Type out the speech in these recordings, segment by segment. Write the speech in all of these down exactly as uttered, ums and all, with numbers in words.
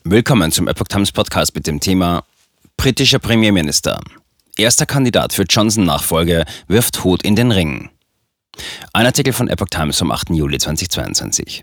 Willkommen zum Epoch Times Podcast mit dem Thema britischer Premierminister. Erster Kandidat für Johnson-Nachfolge wirft Hut in den Ring. Ein Artikel von Epoch Times vom achten Juli zweitausendzweiundzwanzig.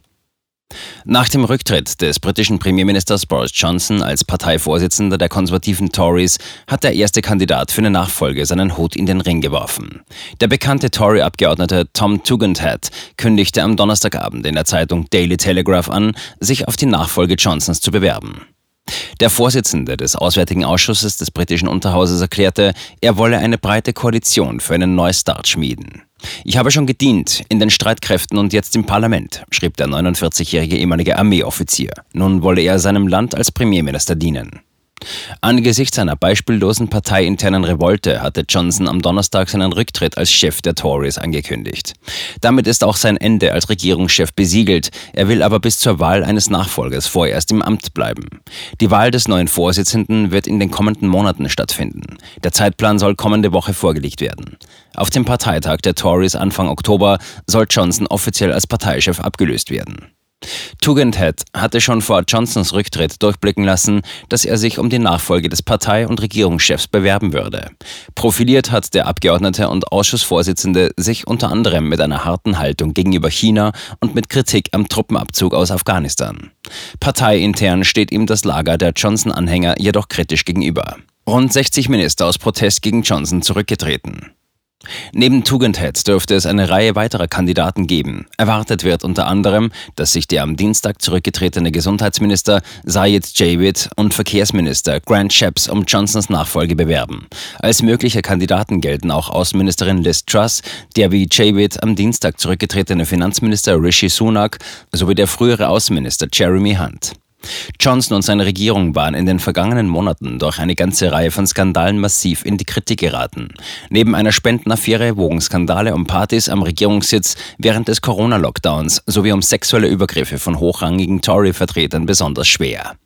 Nach dem Rücktritt des britischen Premierministers Boris Johnson als Parteivorsitzender der konservativen Tories hat der erste Kandidat für eine Nachfolge seinen Hut in den Ring geworfen. Der bekannte Tory-Abgeordnete Tom Tugendhat kündigte am Donnerstagabend in der Zeitung Daily Telegraph an, sich auf die Nachfolge Johnsons zu bewerben. Der Vorsitzende des Auswärtigen Ausschusses des britischen Unterhauses erklärte, er wolle eine breite Koalition für einen Neustart schmieden. Ich habe schon gedient, in den Streitkräften und jetzt im Parlament, schrieb der neunundvierzigjährige ehemalige Armeeoffizier. Nun wolle er seinem Land als Premierminister dienen. Angesichts einer beispiellosen parteiinternen Revolte hatte Johnson am Donnerstag seinen Rücktritt als Chef der Tories angekündigt. Damit ist auch sein Ende als Regierungschef besiegelt. Er will aber bis zur Wahl eines Nachfolgers vorerst im Amt bleiben. Die Wahl des neuen Vorsitzenden wird in den kommenden Monaten stattfinden. Der Zeitplan soll kommende Woche vorgelegt werden. Auf dem Parteitag der Tories Anfang Oktober soll Johnson offiziell als Parteichef abgelöst werden. Tugendhat hatte schon vor Johnsons Rücktritt durchblicken lassen, dass er sich um die Nachfolge des Partei- und Regierungschefs bewerben würde. Profiliert hat der Abgeordnete und Ausschussvorsitzende sich unter anderem mit einer harten Haltung gegenüber China und mit Kritik am Truppenabzug aus Afghanistan. Parteiintern steht ihm das Lager der Johnson-Anhänger jedoch kritisch gegenüber. Rund sechzig Minister aus Protest gegen Johnson zurückgetreten. Neben Tugendhat dürfte es eine Reihe weiterer Kandidaten geben. Erwartet wird unter anderem, dass sich der am Dienstag zurückgetretene Gesundheitsminister Sajid Javid und Verkehrsminister Grant Shapps um Johnsons Nachfolge bewerben. Als mögliche Kandidaten gelten auch Außenministerin Liz Truss, der wie Javid am Dienstag zurückgetretene Finanzminister Rishi Sunak sowie der frühere Außenminister Jeremy Hunt. Johnson und seine Regierung waren in den vergangenen Monaten durch eine ganze Reihe von Skandalen massiv in die Kritik geraten. Neben einer Spendenaffäre wogen Skandale um Partys am Regierungssitz während des Corona-Lockdowns sowie um sexuelle Übergriffe von hochrangigen Tory-Vertretern besonders schwer.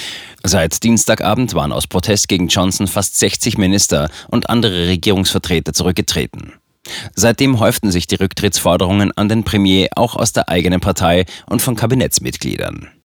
Seit Dienstagabend waren aus Protest gegen Johnson fast sechzig Minister und andere Regierungsvertreter zurückgetreten. Seitdem häuften sich die Rücktrittsforderungen an den Premier auch aus der eigenen Partei und von Kabinettsmitgliedern.